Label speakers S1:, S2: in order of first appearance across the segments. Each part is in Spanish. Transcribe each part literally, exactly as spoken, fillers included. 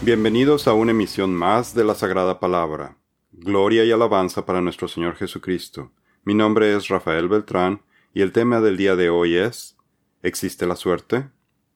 S1: Bienvenidos a una emisión más de la Sagrada Palabra. Gloria y alabanza para nuestro Señor Jesucristo. Mi nombre es Rafael Beltrán y el tema del día de hoy es ¿existe la suerte?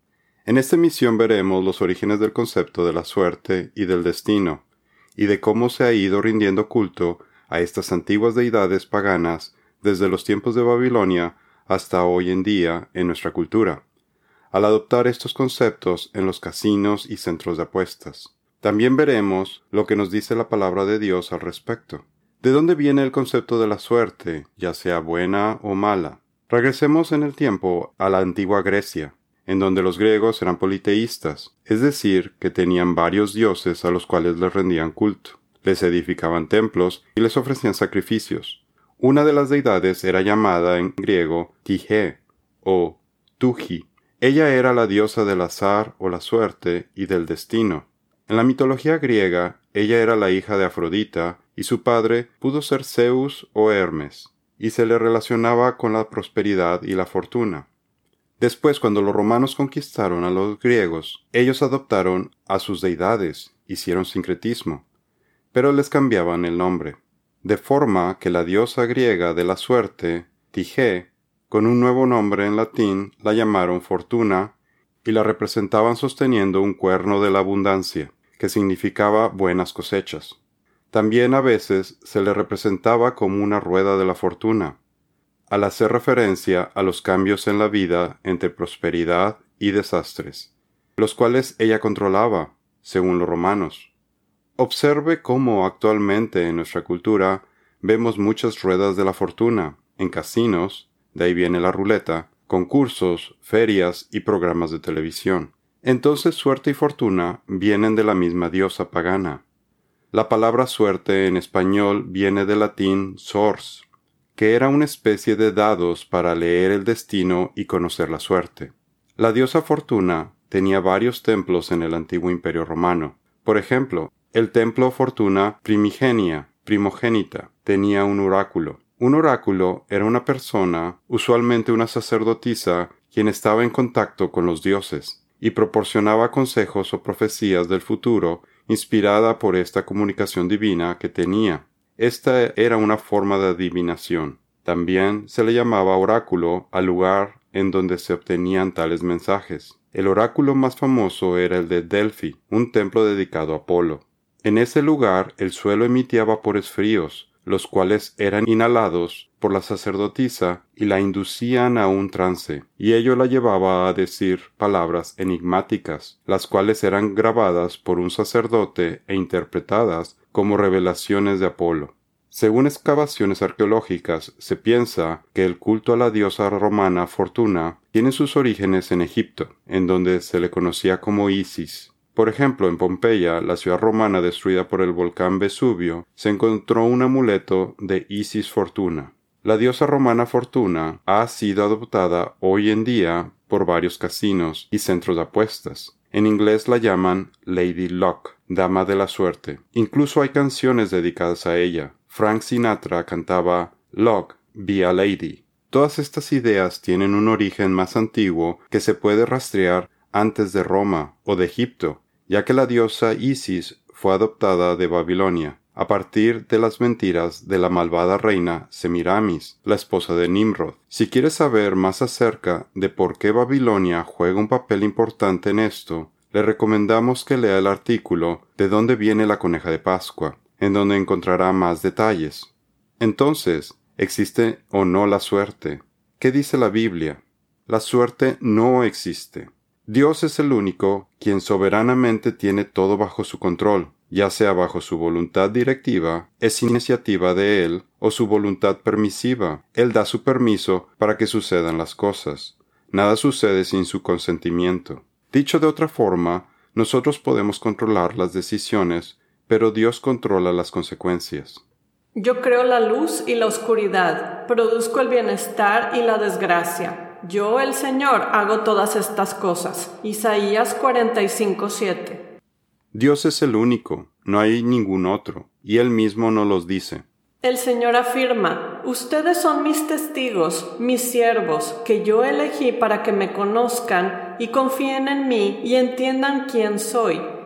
S1: En esta emisión veremos los orígenes del concepto de la suerte y del destino, y de cómo se ha ido rindiendo culto a estas antiguas deidades paganas desde los tiempos de Babilonia hasta hoy en día en nuestra cultura, al adoptar estos conceptos en los casinos y centros de apuestas. También veremos lo que nos dice la palabra de Dios al respecto. ¿De dónde viene el concepto de la suerte, ya sea buena o mala? Regresemos en el tiempo a la antigua Grecia, en donde los griegos eran politeístas, es decir, que tenían varios dioses a los cuales les rendían culto, les edificaban templos y les ofrecían sacrificios. Una de las deidades era llamada en griego Tige o Tuji. Ella era la diosa del azar o la suerte y del destino. En la mitología griega, ella era la hija de Afrodita y su padre pudo ser Zeus o Hermes, y se le relacionaba con la prosperidad y la fortuna. Después, cuando los romanos conquistaron a los griegos, ellos adoptaron a sus deidades, hicieron sincretismo, pero les cambiaban el nombre, de forma que la diosa griega de la suerte, Tige, con un nuevo nombre en latín, la llamaron Fortuna y la representaban sosteniendo un cuerno de la abundancia, que significaba buenas cosechas. También a veces se le representaba como una rueda de la fortuna, al hacer referencia a los cambios en la vida entre prosperidad y desastres, los cuales ella controlaba, según los romanos. Observe cómo actualmente en nuestra cultura vemos muchas ruedas de la fortuna, en casinos, de ahí viene la ruleta, concursos, ferias y programas de televisión. Entonces suerte y fortuna vienen de la misma diosa pagana. La palabra suerte en español viene del latín sors, que era una especie de dados para leer el destino y conocer la suerte. La diosa Fortuna tenía varios templos en el antiguo Imperio Romano. Por ejemplo, el templo Fortuna Primigenia, primogénita, tenía un oráculo. Un oráculo era una persona, usualmente una sacerdotisa, quien estaba en contacto con los dioses, y proporcionaba consejos o profecías del futuro inspirada por esta comunicación divina que tenía. Esta era una forma de adivinación. También se le llamaba oráculo al lugar en donde se obtenían tales mensajes. El oráculo más famoso era el de Delfi, un templo dedicado a Apolo. En ese lugar el suelo emitía vapores fríos, los cuales eran inhalados por la sacerdotisa y la inducían a un trance, y ello la llevaba a decir palabras enigmáticas, las cuales eran grabadas por un sacerdote e interpretadas como revelaciones de Apolo. Según excavaciones arqueológicas, se piensa que el culto a la diosa romana Fortuna tiene sus orígenes en Egipto, en donde se le conocía como Isis. Por ejemplo, en Pompeya, la ciudad romana destruida por el volcán Vesubio, se encontró un amuleto de Isis Fortuna. La diosa romana Fortuna ha sido adoptada hoy en día por varios casinos y centros de apuestas. En inglés la llaman Lady Luck, dama de la suerte. Incluso hay canciones dedicadas a ella. Frank Sinatra cantaba Luck, be a lady. Todas estas ideas tienen un origen más antiguo que se puede rastrear antes de Roma o de Egipto, ya que la diosa Isis fue adoptada de Babilonia, a partir de las mentiras de la malvada reina Semiramis, la esposa de Nimrod. Si quieres saber más acerca de por qué Babilonia juega un papel importante en esto, le recomendamos que lea el artículo ¿De dónde viene la coneja de Pascua?, en donde encontrará más detalles. Entonces, ¿existe o no la suerte? ¿Qué dice la Biblia? La suerte no existe. Dios es el único quien soberanamente tiene todo bajo su control, ya sea bajo su voluntad directiva, es iniciativa de Él, o su voluntad permisiva. Él da su permiso para que sucedan las cosas. Nada sucede sin su consentimiento. Dicho de otra forma, nosotros podemos controlar las decisiones, pero Dios controla las consecuencias.
S2: Yo creo la luz y la oscuridad, produzco el bienestar y la desgracia. Yo, el Señor, hago todas estas cosas. Isaías cuarenta y cinco, siete.
S1: Dios es el único, no hay ningún otro, y Él mismo nos los dice.
S2: El Señor afirma, ustedes son mis testigos, mis siervos, que yo elegí para que me conozcan y confíen en mí y entiendan quién soy.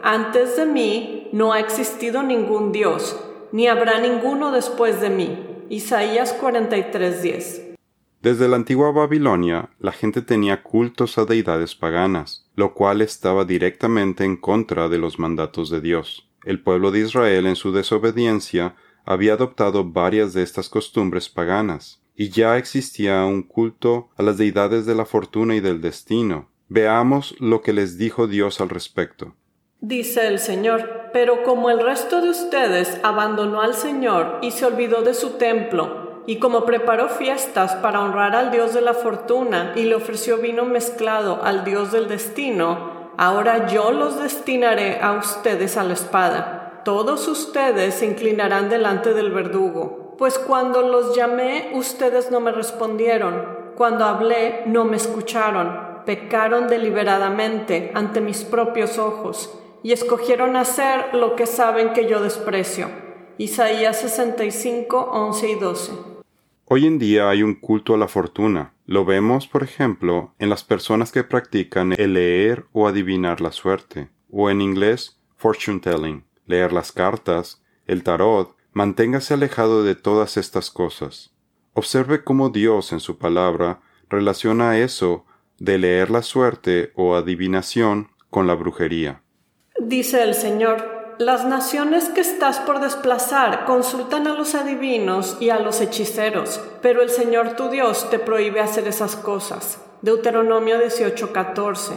S2: Antes de mí no ha existido ningún Dios, ni habrá ninguno después de mí. Isaías cuarenta y tres diez.
S1: Desde la antigua Babilonia, la gente tenía cultos a deidades paganas, lo cual estaba directamente en contra de los mandatos de Dios. El pueblo de Israel, en su desobediencia, había adoptado varias de estas costumbres paganas, y ya existía un culto a las deidades de la fortuna y del destino. Veamos lo que les dijo Dios al respecto.
S2: Dice el Señor, pero como el resto de ustedes abandonó al Señor y se olvidó de su templo, y como preparó fiestas para honrar al Dios de la fortuna y le ofreció vino mezclado al Dios del destino, ahora yo los destinaré a ustedes a la espada. Todos ustedes se inclinarán delante del verdugo. Pues cuando los llamé, ustedes no me respondieron. Cuando hablé, no me escucharon. Pecaron deliberadamente ante mis propios ojos y escogieron hacer lo que saben que yo desprecio. Isaías sesenta y cinco, once y doce.
S1: Hoy en día hay un culto a la fortuna. Lo vemos, por ejemplo, en las personas que practican el leer o adivinar la suerte, o en inglés, fortune telling, leer las cartas, el tarot. Manténgase alejado de todas estas cosas. Observe cómo Dios en su palabra relaciona eso de leer la suerte o adivinación con la brujería.
S2: Dice el Señor, las naciones que estás por desplazar consultan a los adivinos y a los hechiceros, pero el Señor tu Dios te prohíbe hacer esas cosas. Deuteronomio dieciocho catorce.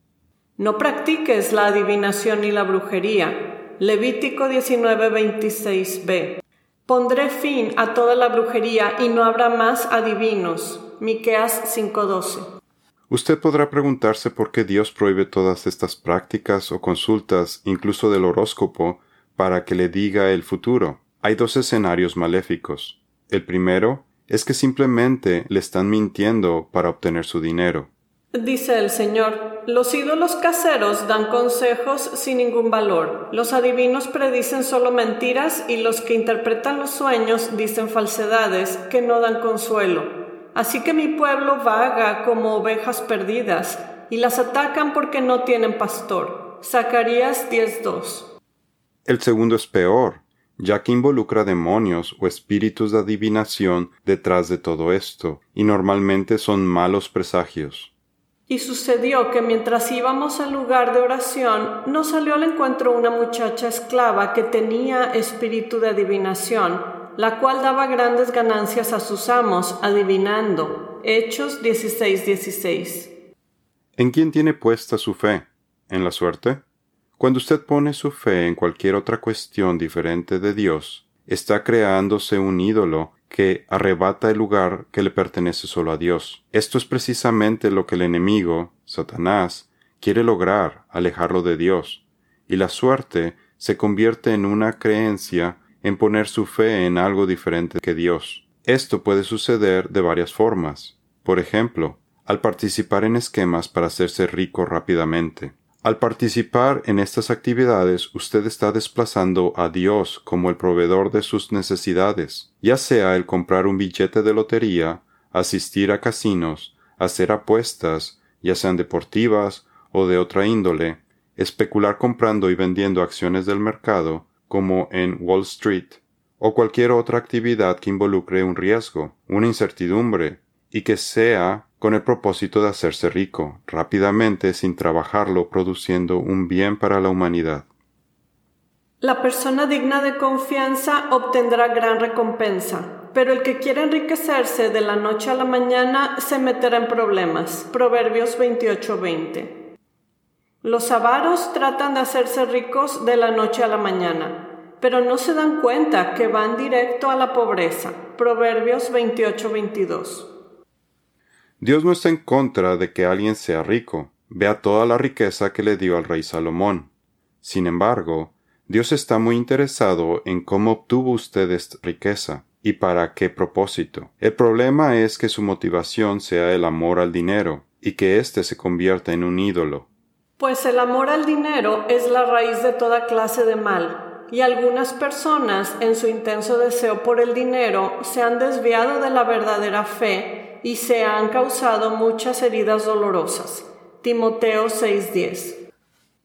S2: No practiques la adivinación y la brujería. Levítico diecinueve veintiséis b. Pondré fin a toda la brujería y no habrá más adivinos. Miqueas cinco doce.
S1: Usted podrá preguntarse por qué Dios prohíbe todas estas prácticas o consultas, incluso del horóscopo, para que le diga el futuro. Hay dos escenarios maléficos. El primero es que simplemente le están mintiendo para obtener su dinero.
S2: Dice el Señor, los ídolos caseros dan consejos sin ningún valor. Los adivinos predicen solo mentiras y los que interpretan los sueños dicen falsedades que no dan consuelo. Así que mi pueblo vaga como ovejas perdidas, y las atacan porque no tienen pastor. Zacarías diez dos.
S1: El segundo es peor, ya que involucra demonios o espíritus de adivinación detrás de todo esto, y normalmente son malos presagios.
S2: Y sucedió que mientras íbamos al lugar de oración, nos salió al encuentro una muchacha esclava que tenía espíritu de adivinación, la cual daba grandes ganancias a sus amos adivinando. Hechos dieciséis dieciséis.
S1: ¿En quién tiene puesta su fe? ¿En la suerte? Cuando usted pone su fe en cualquier otra cuestión diferente de Dios, está creándose un ídolo que arrebata el lugar que le pertenece solo a Dios. Esto es precisamente lo que el enemigo, Satanás, quiere lograr, alejarlo de Dios. Y la suerte se convierte en una creencia en poner su fe en algo diferente que Dios. Esto puede suceder de varias formas. Por ejemplo, al participar en esquemas para hacerse rico rápidamente. Al participar en estas actividades, usted está desplazando a Dios como el proveedor de sus necesidades, ya sea el comprar un billete de lotería, asistir a casinos, hacer apuestas, ya sean deportivas o de otra índole, especular comprando y vendiendo acciones del mercado, como en Wall Street, o cualquier otra actividad que involucre un riesgo, una incertidumbre, y que sea con el propósito de hacerse rico, rápidamente sin trabajarlo, produciendo un bien para la humanidad.
S2: La persona digna de confianza obtendrá gran recompensa, pero el que quiere enriquecerse de la noche a la mañana se meterá en problemas. Proverbios veintiocho veinte. Los avaros tratan de hacerse ricos de la noche a la mañana, pero no se dan cuenta que van directo a la pobreza. Proverbios veintiocho veintidós.
S1: Dios no está en contra de que alguien sea rico. Vea toda la riqueza que le dio al rey Salomón. Sin embargo, Dios está muy interesado en cómo obtuvo usted esta riqueza y para qué propósito. El problema es que su motivación sea el amor al dinero y que éste se convierta en un ídolo.
S2: Pues el amor al dinero es la raíz de toda clase de mal, y algunas personas, en su intenso deseo por el dinero, se han desviado de la verdadera fe y se han causado muchas heridas dolorosas. Timoteo seis diez.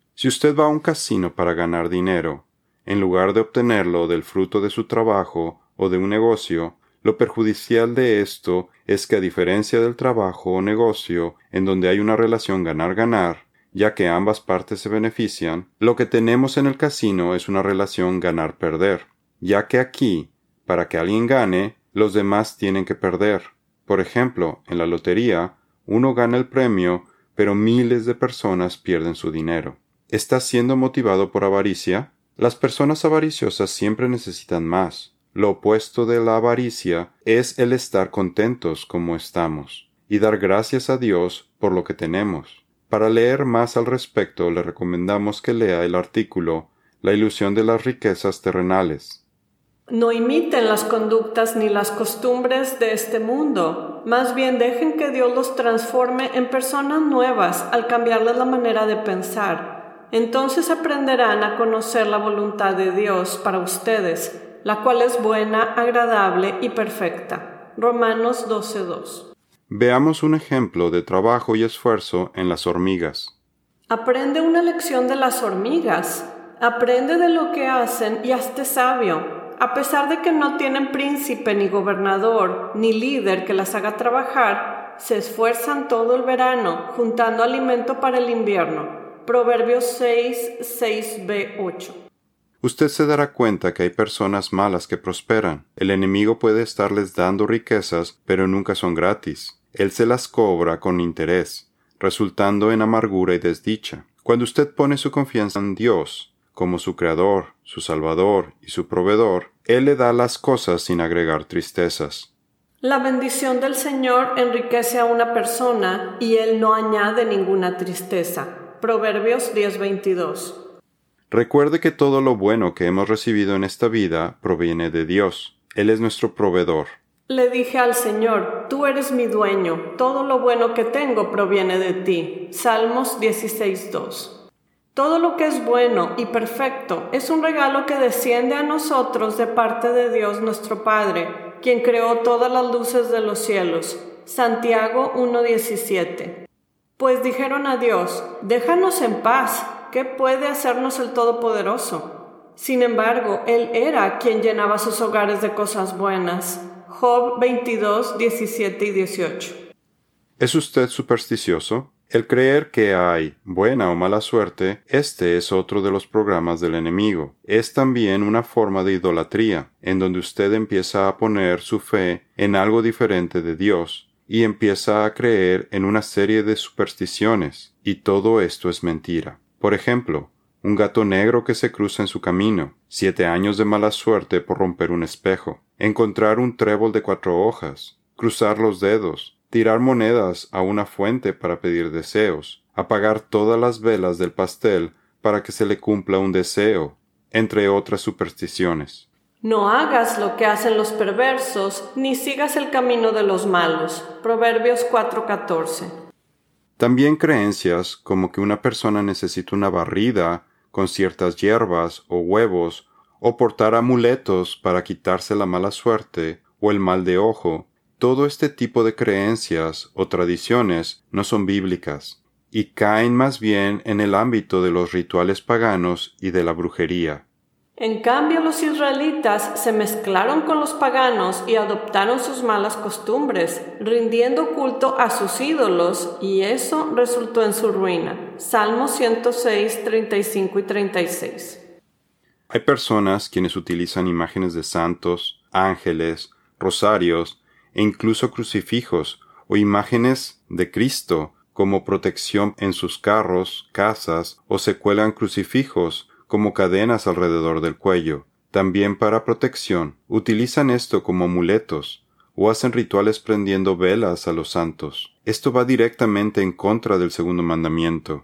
S1: Si usted va a un casino para ganar dinero, en lugar de obtenerlo del fruto de su trabajo o de un negocio, lo perjudicial de esto es que a diferencia del trabajo o negocio, en donde hay una relación ganar-ganar, ya que ambas partes se benefician, lo que tenemos en el casino es una relación ganar-perder, ya que aquí, para que alguien gane, los demás tienen que perder. Por ejemplo, en la lotería, uno gana el premio, pero miles de personas pierden su dinero. ¿Estás siendo motivado por avaricia? Las personas avariciosas siempre necesitan más. Lo opuesto de la avaricia es el estar contentos como estamos y dar gracias a Dios por lo que tenemos. Para leer más al respecto, le recomendamos que lea el artículo La ilusión de las riquezas terrenales.
S2: No imiten las conductas ni las costumbres de este mundo. Más bien dejen que Dios los transforme en personas nuevas al cambiarles la manera de pensar. Entonces aprenderán a conocer la voluntad de Dios para ustedes, la cual es buena, agradable y perfecta. Romanos doce dos.
S1: Veamos un ejemplo de trabajo y esfuerzo en las hormigas.
S2: Aprende una lección de las hormigas. Aprende de lo que hacen y hazte sabio. A pesar de que no tienen príncipe ni gobernador ni líder que las haga trabajar, se esfuerzan todo el verano juntando alimento para el invierno. Proverbios seis, seis b ocho.
S1: Usted se dará cuenta que hay personas malas que prosperan. El enemigo puede estarles dando riquezas, pero nunca son gratis. Él se las cobra con interés, resultando en amargura y desdicha. Cuando usted pone su confianza en Dios, como su Creador, su Salvador y su Proveedor, Él le da las cosas sin agregar tristezas.
S2: La bendición del Señor enriquece a una persona y Él no añade ninguna tristeza. Proverbios diez veintidós.
S1: Recuerde que todo lo bueno que hemos recibido en esta vida proviene de Dios. Él es nuestro proveedor.
S2: Le dije al Señor, tú eres mi dueño, todo lo bueno que tengo proviene de ti. Salmos dieciséis dos. Todo lo que es bueno y perfecto es un regalo que desciende a nosotros de parte de Dios nuestro Padre, quien creó todas las luces de los cielos. Santiago uno diecisiete. Pues dijeron a Dios, déjanos en paz, ¿qué puede hacernos el Todopoderoso? Sin embargo, Él era quien llenaba sus hogares de cosas buenas. Job veintidós, diecisiete y dieciocho.
S1: ¿Es usted supersticioso? El creer que hay buena o mala suerte, este es otro de los programas del enemigo. Es también una forma de idolatría, en donde usted empieza a poner su fe en algo diferente de Dios, y empieza a creer en una serie de supersticiones, y todo esto es mentira. Por ejemplo, un gato negro que se cruza en su camino, siete años de mala suerte por romper un espejo, encontrar un trébol de cuatro hojas, cruzar los dedos, tirar monedas a una fuente para pedir deseos, apagar todas las velas del pastel para que se le cumpla un deseo, entre otras supersticiones.
S2: No hagas lo que hacen los perversos, ni sigas el camino de los malos. Proverbios cuatro catorce.
S1: También creencias como que una persona necesita una barrida con ciertas hierbas o huevos, o portar amuletos para quitarse la mala suerte o el mal de ojo. Todo este tipo de creencias o tradiciones no son bíblicas, y caen más bien en el ámbito de los rituales paganos y de la brujería.
S2: En cambio, los israelitas se mezclaron con los paganos y adoptaron sus malas costumbres, rindiendo culto a sus ídolos, y eso resultó en su ruina. Salmos ciento seis, treinta y cinco y treinta y seis.
S1: Hay personas quienes utilizan imágenes de santos, ángeles, rosarios e incluso crucifijos o imágenes de Cristo como protección en sus carros, casas, o se cuelgan crucifijos como cadenas alrededor del cuello. También para protección, utilizan esto como amuletos, o hacen rituales prendiendo velas a los santos. Esto va directamente en contra del segundo mandamiento.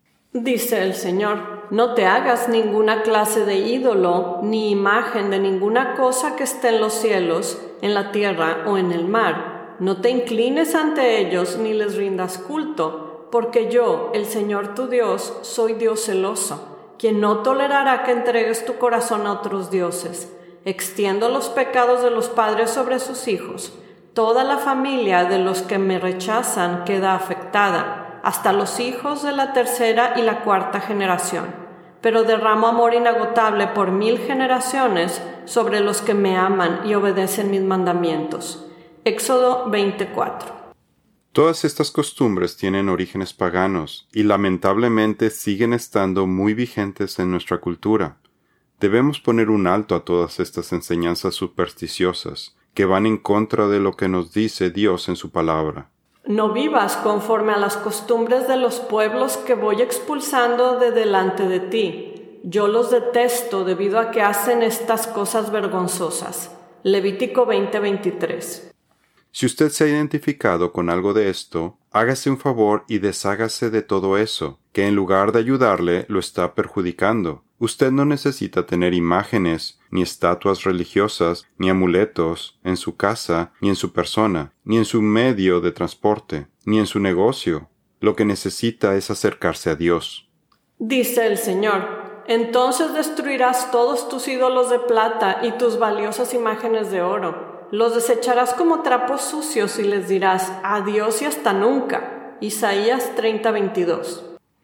S2: Dice el Señor, no te hagas ninguna clase de ídolo, ni imagen de ninguna cosa que esté en los cielos, en la tierra o en el mar. No te inclines ante ellos ni les rindas culto, porque yo, el Señor tu Dios, soy Dios celoso, quien no tolerará que entregues tu corazón a otros dioses. Extiendo los pecados de los padres sobre sus hijos. Toda la familia de los que me rechazan queda afectada. hasta los hijos de la tercera y la cuarta generación. Pero derramo amor inagotable por mil generaciones sobre los que me aman y obedecen mis mandamientos. Éxodo veinticuatro.
S1: Todas estas costumbres tienen orígenes paganos y lamentablemente siguen estando muy vigentes en nuestra cultura. Debemos poner un alto a todas estas enseñanzas supersticiosas que van en contra de lo que nos dice Dios en su palabra.
S2: No vivas conforme a las costumbres de los pueblos que voy expulsando de delante de ti. Yo los detesto debido a que hacen estas cosas vergonzosas. Levítico veinte veintitrés.
S1: Si usted se ha identificado con algo de esto, hágase un favor y deshágase de todo eso, que en lugar de ayudarle lo está perjudicando. Usted no necesita tener imágenes, ni estatuas religiosas, ni amuletos en su casa, ni en su persona, ni en su medio de transporte, ni en su negocio. Lo que necesita es acercarse a Dios.
S2: Dice el Señor: entonces destruirás todos tus ídolos de plata y tus valiosas imágenes de oro. Los desecharás como trapos sucios y les dirás: adiós y hasta nunca. Isaías treinta veintidós.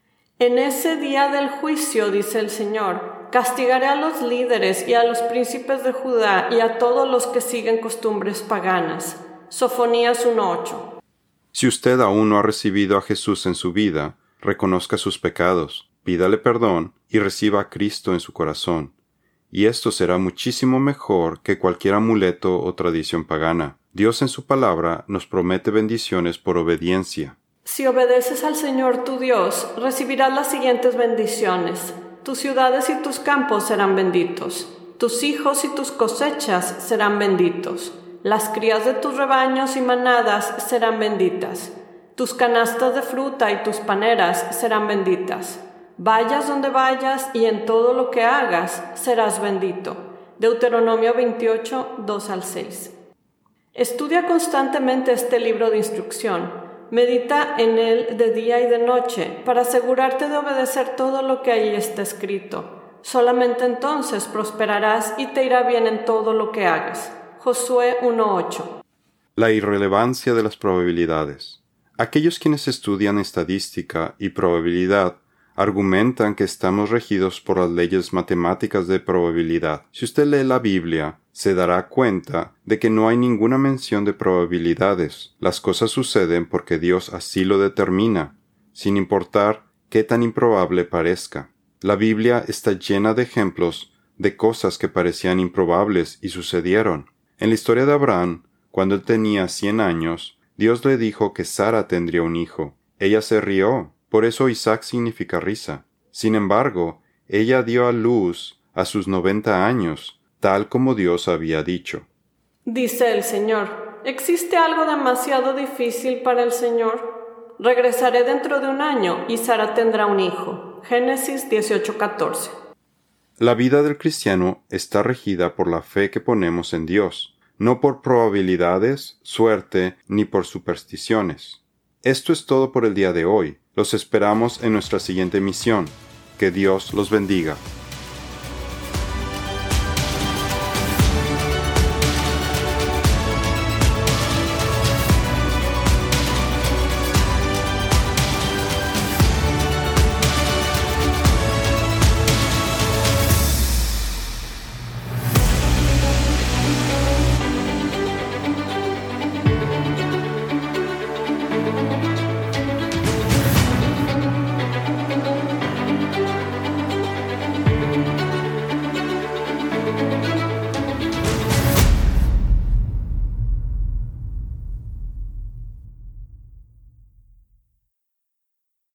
S2: En ese día del juicio, dice el Señor, castigaré a los líderes y a los príncipes de Judá y a todos los que siguen costumbres paganas. Sofonías uno ocho.
S1: Si usted aún no ha recibido a Jesús en su vida, reconozca sus pecados, pídale perdón y reciba a Cristo en su corazón. Y esto será muchísimo mejor que cualquier amuleto o tradición pagana. Dios en su palabra nos promete bendiciones por obediencia.
S2: Si obedeces al Señor tu Dios, recibirás las siguientes bendiciones. Tus ciudades y tus campos serán benditos. Tus hijos y tus cosechas serán benditos. Las crías de tus rebaños y manadas serán benditas. Tus canastas de fruta y tus paneras serán benditas. Vayas donde vayas y en todo lo que hagas serás bendito. Deuteronomio veintiocho, dos al seis. Estudia constantemente este libro de instrucción. Medita en él de día y de noche para asegurarte de obedecer todo lo que ahí está escrito. Solamente entonces prosperarás y te irá bien en todo lo que hagas. Josué uno ocho.
S1: La irrelevancia de las probabilidades. Aquellos quienes estudian estadística y probabilidad argumentan que estamos regidos por las leyes matemáticas de probabilidad. Si usted lee la Biblia, se dará cuenta de que no hay ninguna mención de probabilidades. Las cosas suceden porque Dios así lo determina, sin importar qué tan improbable parezca. La Biblia está llena de ejemplos de cosas que parecían improbables y sucedieron. En la historia de Abraham, cuando él tenía cien años, Dios le dijo que Sara tendría un hijo. Ella se rió. Por eso Isaac significa risa. Sin embargo, ella dio a luz a sus noventa años, tal como Dios había dicho.
S2: Dice el Señor: ¿existe algo demasiado difícil para el Señor? Regresaré dentro de un año y Sara tendrá un hijo. Génesis dieciocho catorce.
S1: La vida del cristiano está regida por la fe que ponemos en Dios, no por probabilidades, suerte, ni por supersticiones. Esto es todo por el día de hoy. Los esperamos en nuestra siguiente misión. Que Dios los bendiga.